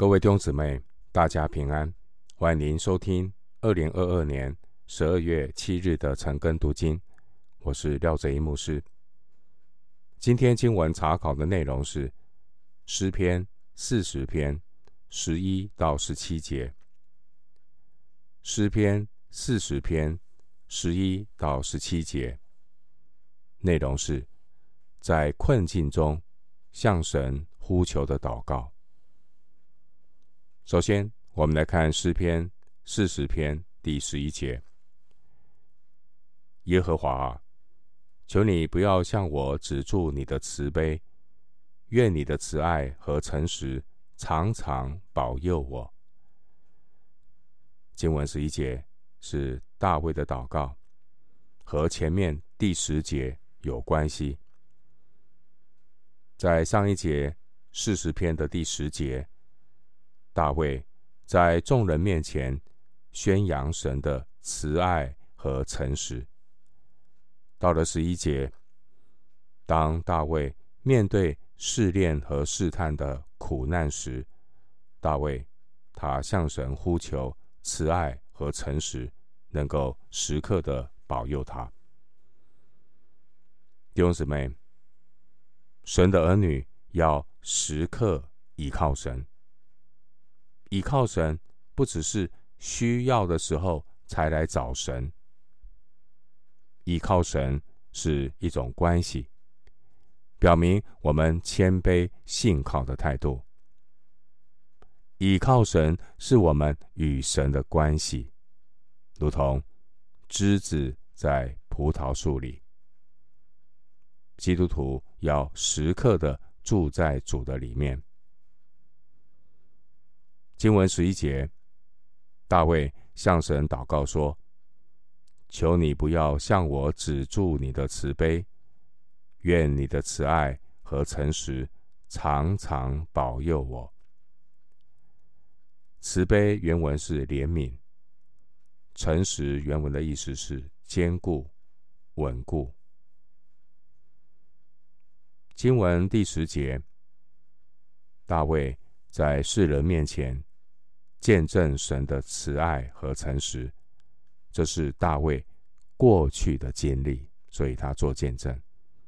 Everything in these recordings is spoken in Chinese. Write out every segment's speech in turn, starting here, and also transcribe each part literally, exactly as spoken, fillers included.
各位弟兄姊妹，大家平安，欢迎您收听二零二二年十二月七日的晨更读经。我是廖哲一牧师。今天经文查考的内容是诗篇四十篇十一到十七节。诗篇四十篇十一到十七节，内容是在困境中向神呼求的祷告。首先，我们来看诗篇四十篇第十一节：耶和华啊，求你不要向我止住你的慈悲，愿你的慈爱和诚实常常保佑我。经文十一节是大卫的祷告，和前面第十节有关系。在上一节四十篇的第十节，大卫在众人面前宣扬神的慈爱和诚实。到了十一节，当大卫面对试炼和试探的苦难时，大卫他向神呼求慈爱和诚实能够时刻的保佑他。弟兄姊妹，神的儿女要时刻倚靠神。倚靠神不只是需要的时候才来找神，倚靠神是一种关系，表明我们谦卑信靠的态度。倚靠神是我们与神的关系，如同枝子在葡萄树里。基督徒要时刻的住在主的里面。经文十一节，大卫向神祷告说：求你不要向我止住你的慈悲，愿你的慈爱和诚实常常保佑我。慈悲原文是怜悯，诚实原文的意思是坚固、稳固。经文第十节，大卫在世人面前见证神的慈爱和诚实，这是大卫过去的经历，所以他做见证。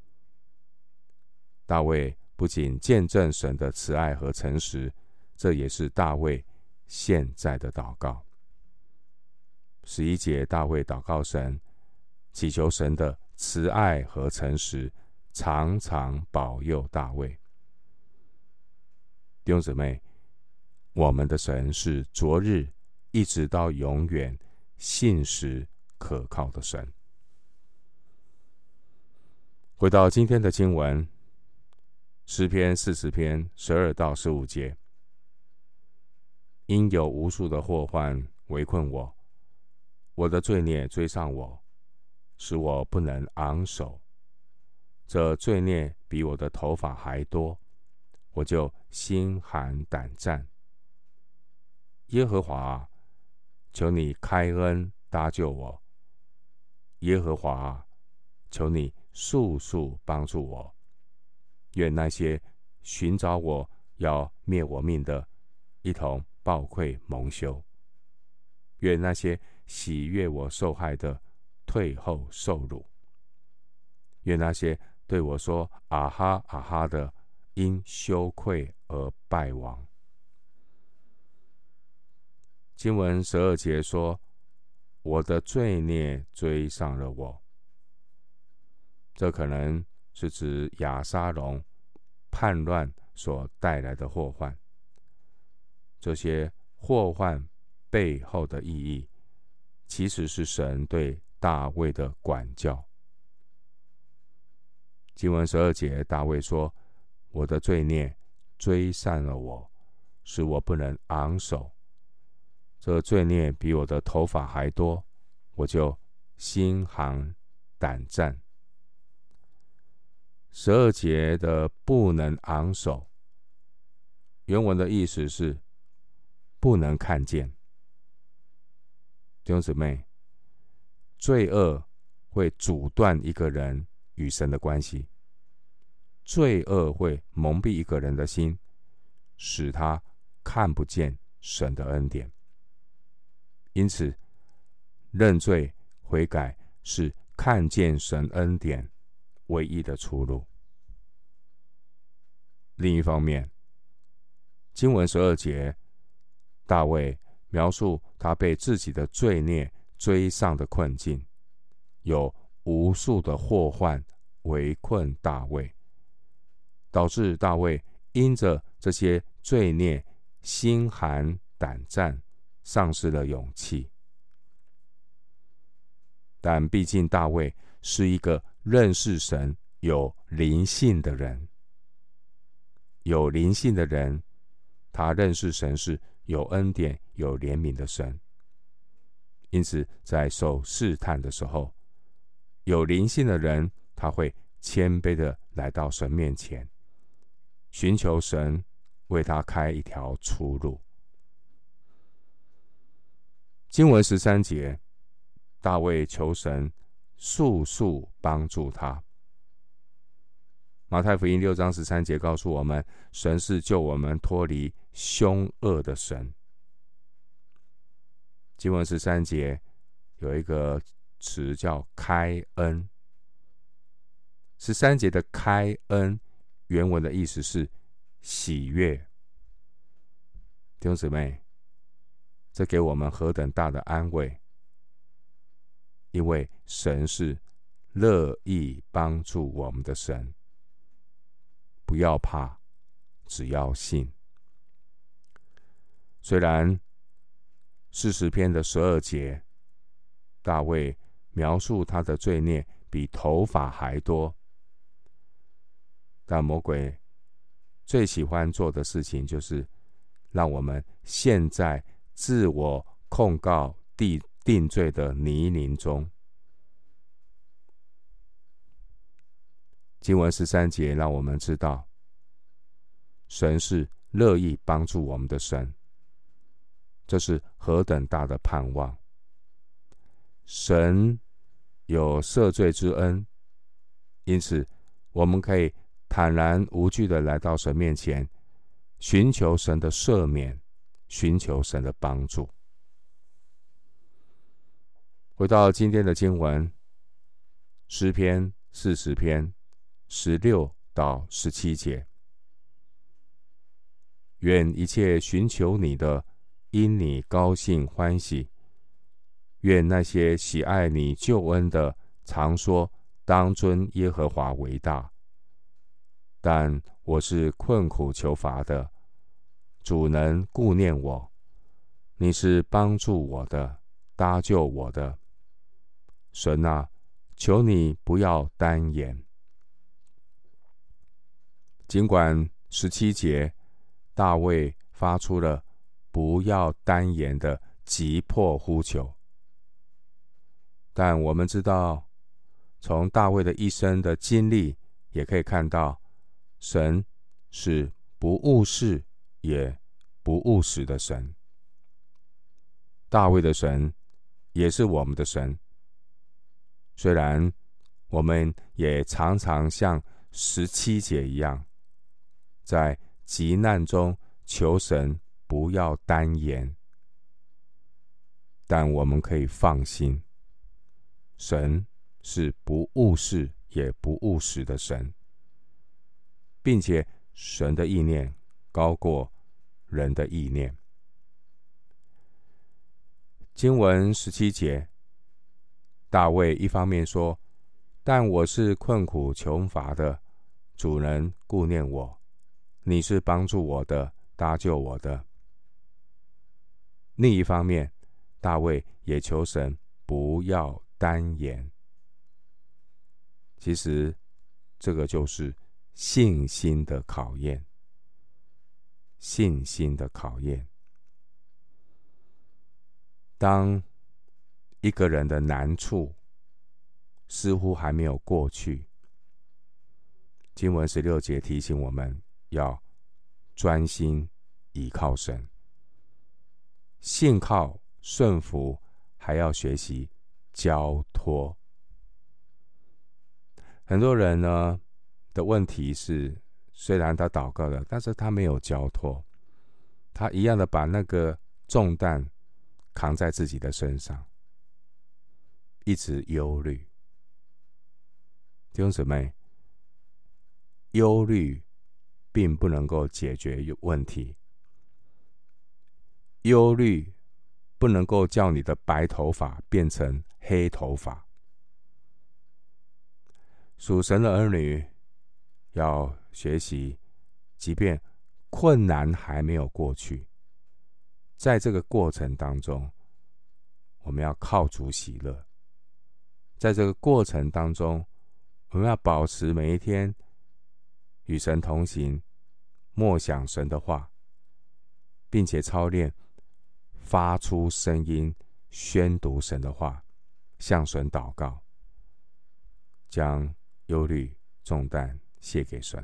大卫不仅见证神的慈爱和诚实，这也是大卫现在的祷告。十一节，大卫祷告神，祈求神的慈爱和诚实常常保佑大卫。弟兄姊妹，我们的神是昨日一直到永远信实可靠的神。回到今天的经文，诗篇四十篇十二到十五节：因有无数的祸患围困我，我的罪孽追上我，使我不能昂首。这罪孽比我的头发还多，我就心寒胆战。耶和华啊，求你开恩搭救我。耶和华啊，求你速速帮助我。愿那些寻找我要灭我命的，一同抱愧蒙羞。愿那些喜悦我受害的，退后受辱。愿那些对我说啊哈啊哈的，因羞愧而败亡。经文十二节说：我的罪孽追上了我。这可能是指亚沙龙叛乱所带来的祸患。这些祸患背后的意义，其实是神对大卫的管教。经文十二节，大卫说：我的罪孽追上了我，使我不能昂首。这罪孽比我的头发还多，我就心寒胆战。十二节的不能昂首，原文的意思是不能看见。弟兄姊妹，罪恶会阻断一个人与神的关系，罪恶会蒙蔽一个人的心，使他看不见神的恩典。因此，认罪悔改是看见神恩典唯一的出路。另一方面，经文十二节，大卫描述他被自己的罪孽追上的困境，有无数的祸患围困大卫，导致大卫因着这些罪孽心寒胆战，丧失了勇气。但毕竟大卫是一个认识神有灵性的人，有灵性的人，他认识神是有恩典有怜悯的神，因此在受试探的时候，有灵性的人他会谦卑的来到神面前，寻求神为他开一条出路。经文十三节，大卫求神速速帮助他。马太福音六章十三节告诉我们，神是救我们脱离凶恶的神。经文十三节有一个词叫开恩。十三节的开恩原文的意思是喜悦。弟兄姊妹，这给我们何等大的安慰，因为神是乐意帮助我们的神。不要怕，只要信。虽然四十篇的十二节，大卫描述他的罪孽比头发还多，但魔鬼最喜欢做的事情就是让我们陷在自我控告定定罪的泥泞中。经文十三节让我们知道，神是乐意帮助我们的神，这是何等大的盼望！神有赦罪之恩，因此我们可以坦然无惧的来到神面前，寻求神的赦免，寻求神的帮助。回到今天的经文，诗篇四十篇十六到十七节，愿一切寻求你的，因你高兴欢喜；愿那些喜爱你救恩的，常说当尊耶和华为大。但我是困苦求乏的，主能顾念我，你是帮助我的，搭救我的。神啊，求你不要单言。尽管十七节大卫发出了不要单言的急迫呼求，但我们知道，从大卫的一生的经历也可以看到，神是不误事也不误时的神。大卫的神也是我们的神，虽然我们也常常像十七节一样，在急难中求神不要单言，但我们可以放心，神是不误事也不误时的神，并且神的意念高过人的意念。经文十七节，大卫一方面说，但我是困苦穷乏的，主人顾念我，你是帮助我的，搭救我的。另一方面，大卫也求神不要单言。其实这个就是信心的考验，信心的考验。当一个人的难处似乎还没有过去，经文十六节提醒我们要专心倚靠神，信靠顺服，还要学习交托。很多人呢的问题是，虽然他祷告了，但是他没有交托。 他一样的把那个重担扛在自己的身上，一直忧虑。弟兄姊妹，忧虑并不能够解决问题，忧虑不能够叫你的白头发变成黑头发。属神的儿女要学习，即便困难还没有过去，在这个过程当中，我们要靠主喜乐。在这个过程当中，我们要保持每一天与神同行，默想神的话，并且操练发出声音宣读神的话，向神祷告，将忧虑重担卸给神。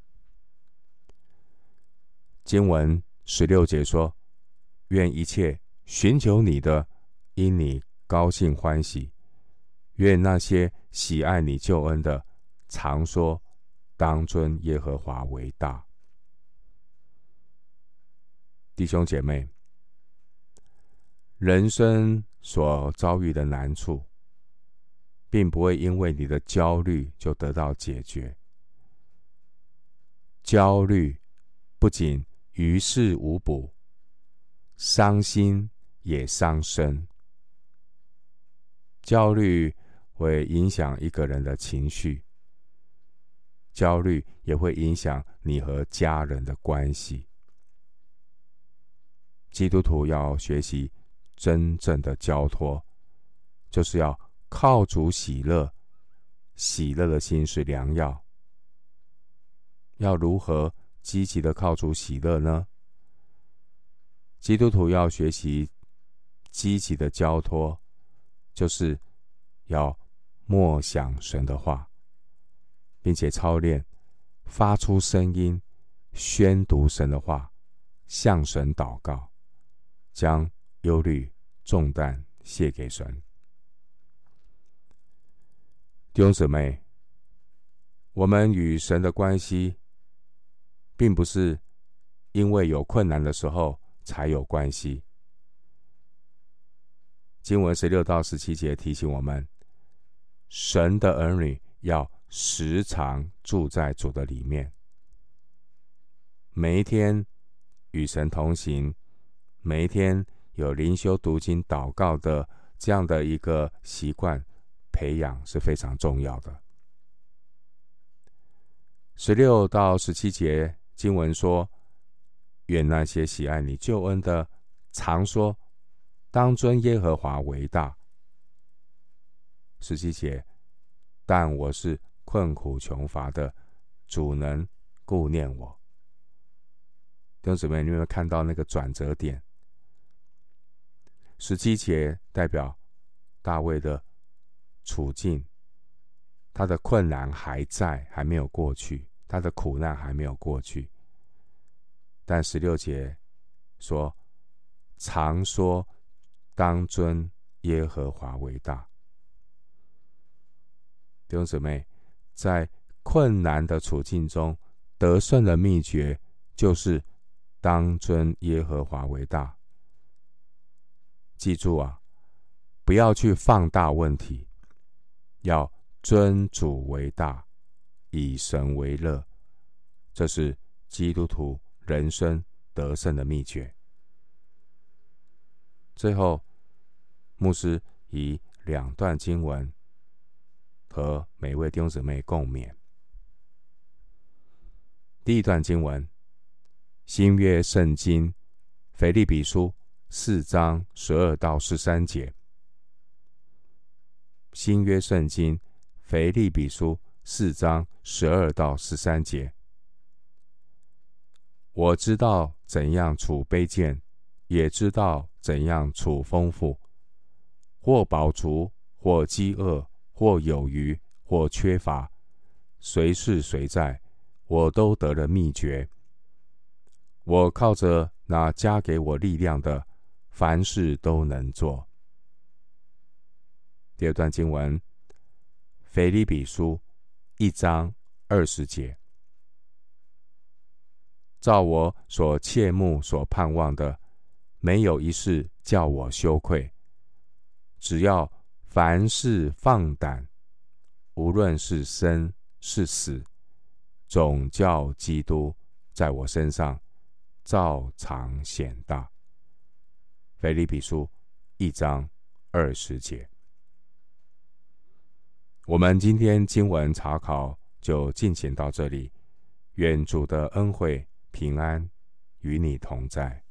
经文十六节说，愿一切寻求你的因你高兴欢喜，愿那些喜爱你救恩的常说当尊耶和华为大。弟兄姐妹，人生所遭遇的难处，并不会因为你的焦虑就得到解决。焦虑不仅于事无补，伤心也伤身。焦虑会影响一个人的情绪，焦虑也会影响你和家人的关系。基督徒要学习真正的交托，就是要靠主喜乐，喜乐的心是良药。要如何积极的靠主喜乐呢？基督徒要学习积极的交托，就是要默想神的话，并且操练发出声音宣读神的话，向神祷告，将忧虑重担卸给神。弟兄姊妹，我们与神的关系并不是因为有困难的时候才有关系。经文十六到十七节提醒我们，神的儿女要时常住在主的里面，每一天与神同行，每一天有灵修读经祷告的这样的一个习惯培养是非常重要的。十六到十七节经文说，愿那些喜爱你救恩的常说当尊耶和华为大。十七节，但我是困苦穷乏的，主能顾念我。弟兄姊妹，你有没有看到那个转折点？十七节代表大卫的处境，他的困难还在，还没有过去，他的苦难还没有过去。但十六节说，常说当尊耶和华为大。弟兄姊妹，在困难的处境中得胜的秘诀，就是当尊耶和华为大。记住啊，不要去放大问题，要尊主为大，以神为乐，这是基督徒人生得胜的秘诀。最后，牧师以两段经文和每位弟兄姊妹共勉。第一段经文，新约圣经腓立比书四章十二到十三节。新约圣经腓立比书四章十二到十三节。我知道怎样处卑贱，也知道怎样处丰富，或饱足，或饥饿，或有余，或缺乏，随是随在，我都得了秘诀。我靠着那加给我力量的，凡事都能做。第二段经文，腓立比书一章二十节。 照我所切慕所盼望的，没有一事叫我羞愧。只要凡事放胆，无论是生是死，总叫基督在我身上照常显大。腓立比书一章二十节。我们今天经文查考就进行到这里，愿主的恩惠平安与你同在。